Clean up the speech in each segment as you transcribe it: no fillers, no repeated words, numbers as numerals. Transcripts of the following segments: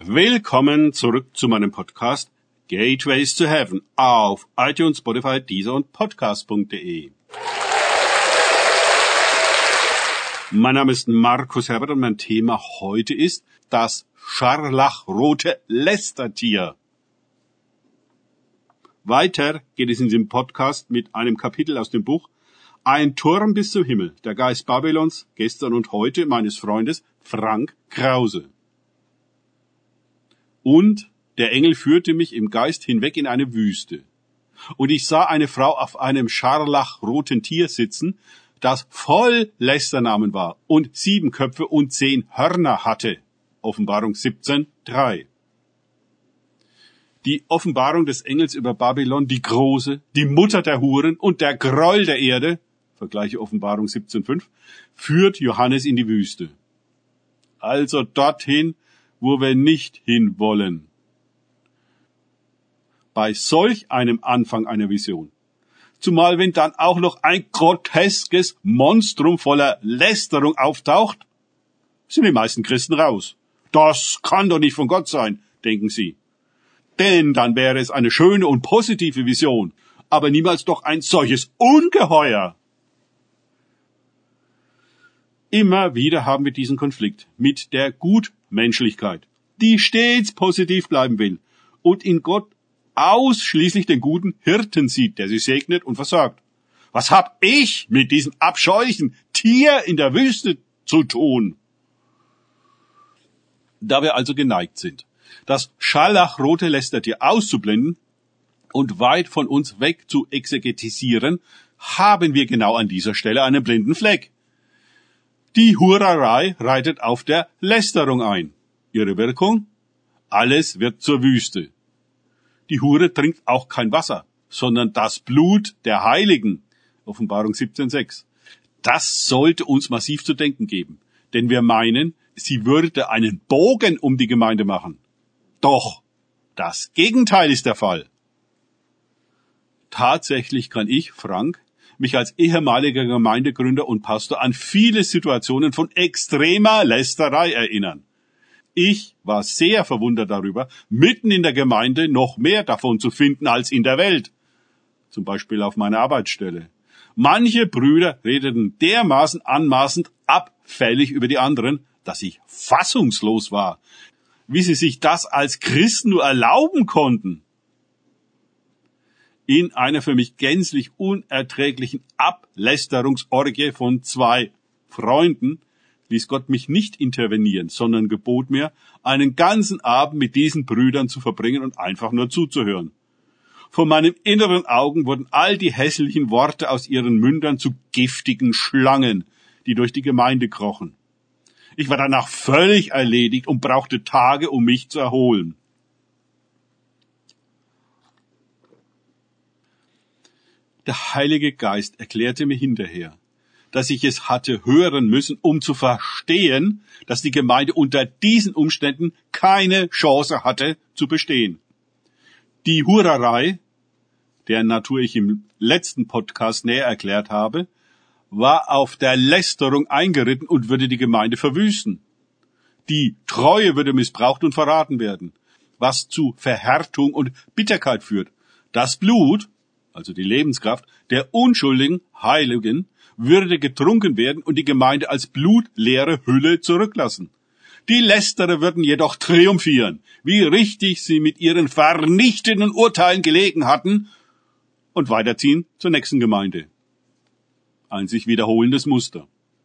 Willkommen zurück zu meinem Podcast Gateways to Heaven auf iTunes, Spotify, Deezer und Podcast.de. Mein Name ist Markus Herbert und mein Thema heute ist das scharlachrote Lästertier. Weiter geht es in diesem Podcast mit einem Kapitel aus dem Buch Ein Turm bis zum Himmel, der Geist Babylons, gestern und heute meines Freundes Frank Krause. Und der Engel führte mich im Geist hinweg in eine Wüste. Und ich sah eine Frau auf einem scharlachroten Tier sitzen, das voll Lästernamen war und 7 Köpfe und 10 Hörner hatte. Offenbarung 17,3. Die Offenbarung des Engels über Babylon, die große, die Mutter der Huren und der Gräuel der Erde, vergleiche Offenbarung 17,5, führt Johannes in die Wüste. Also dorthin, wo wir nicht hinwollen. Bei solch einem Anfang einer Vision, zumal wenn dann auch noch ein groteskes Monstrum voller Lästerung auftaucht, sind die meisten Christen raus. Das kann doch nicht von Gott sein, denken sie. Denn dann wäre es eine schöne und positive Vision, aber niemals doch ein solches Ungeheuer. Immer wieder haben wir diesen Konflikt mit der Gutmenschlichkeit, die stets positiv bleiben will und in Gott ausschließlich den guten Hirten sieht, der sie segnet und versorgt. Was hab ich mit diesem abscheulichen Tier in der Wüste zu tun? Da wir also geneigt sind, das scharlachrote Lästertier auszublenden und weit von uns weg zu exegetisieren, haben wir genau an dieser Stelle einen blinden Fleck. Die Hurerei reitet auf der Lästerung ein. Ihre Wirkung? Alles wird zur Wüste. Die Hure trinkt auch kein Wasser, sondern das Blut der Heiligen. Offenbarung 17,6. Das sollte uns massiv zu denken geben, denn wir meinen, sie würde einen Bogen um die Gemeinde machen. Doch, das Gegenteil ist der Fall. Tatsächlich kann ich, Frank, mich als ehemaliger Gemeindegründer und Pastor an viele Situationen von extremer Lästerei erinnern. Ich war sehr verwundert darüber, mitten in der Gemeinde noch mehr davon zu finden als in der Welt. Zum Beispiel auf meiner Arbeitsstelle. Manche Brüder redeten dermaßen anmaßend abfällig über die anderen, dass ich fassungslos war, wie sie sich das als Christen nur erlauben konnten. In einer für mich gänzlich unerträglichen Ablästerungsorgie von 2 Freunden ließ Gott mich nicht intervenieren, sondern gebot mir, einen ganzen Abend mit diesen Brüdern zu verbringen und einfach nur zuzuhören. Vor meinen inneren Augen wurden all die hässlichen Worte aus ihren Mündern zu giftigen Schlangen, die durch die Gemeinde krochen. Ich war danach völlig erledigt und brauchte Tage, um mich zu erholen. Der Heilige Geist erklärte mir hinterher, dass ich es hatte hören müssen, um zu verstehen, dass die Gemeinde unter diesen Umständen keine Chance hatte zu bestehen. Die Hurerei, deren Natur ich im letzten Podcast näher erklärt habe, war auf der Lästerung eingeritten und würde die Gemeinde verwüsten. Die Treue würde missbraucht und verraten werden, was zu Verhärtung und Bitterkeit führt. Das Blut, also die Lebenskraft, der unschuldigen Heiligen, würde getrunken werden und die Gemeinde als blutleere Hülle zurücklassen. Die Lästerer würden jedoch triumphieren, wie richtig sie mit ihren vernichtenden Urteilen gelegen hatten, und weiterziehen zur nächsten Gemeinde. Ein sich wiederholendes Muster.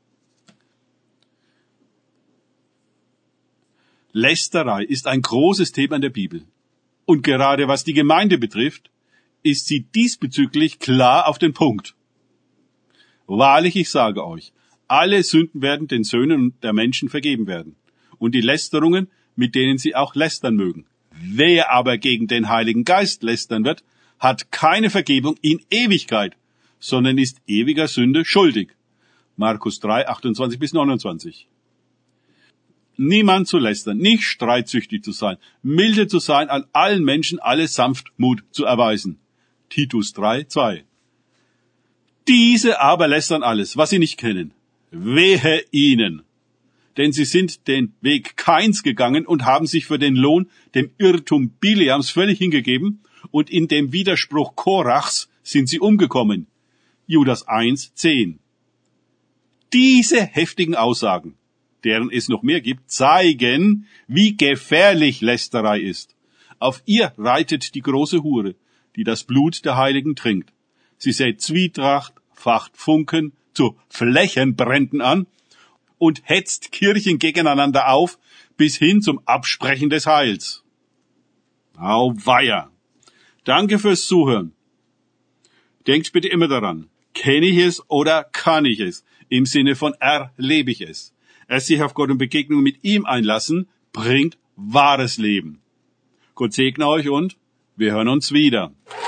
Lästerei ist ein großes Thema in der Bibel. Und gerade was die Gemeinde betrifft, ist sie diesbezüglich klar auf den Punkt. Wahrlich, ich sage euch, alle Sünden werden den Söhnen der Menschen vergeben werden und die Lästerungen, mit denen sie auch lästern mögen. Wer aber gegen den Heiligen Geist lästern wird, hat keine Vergebung in Ewigkeit, sondern ist ewiger Sünde schuldig. Markus 3, 28-29. Niemand zu lästern, nicht streitsüchtig zu sein, milde zu sein, an allen Menschen alle Sanftmut zu erweisen. Titus 3, 2. Diese aber lästern alles, was sie nicht kennen. Wehe ihnen! denn sie sind den Weg Kains gegangen und haben sich für den Lohn dem Irrtum Bileams völlig hingegeben, und in dem Widerspruch Korachs sind sie umgekommen. Judas 1,10. Diese heftigen Aussagen, deren es noch mehr gibt, zeigen, wie gefährlich Lästerei ist. Auf ihr reitet die große Hure, die das Blut der Heiligen trinkt. Sie sät Zwietracht, facht Funken zu Flächenbränden an und hetzt Kirchen gegeneinander auf, bis hin zum Absprechen des Heils. Auweia! Danke fürs Zuhören. Denkt bitte immer daran, kenne ich es oder kann ich es? Im Sinne von erlebe ich es. Erst sich auf Gott und Begegnung mit ihm einlassen, bringt wahres Leben. Gott segne euch und wir hören uns wieder.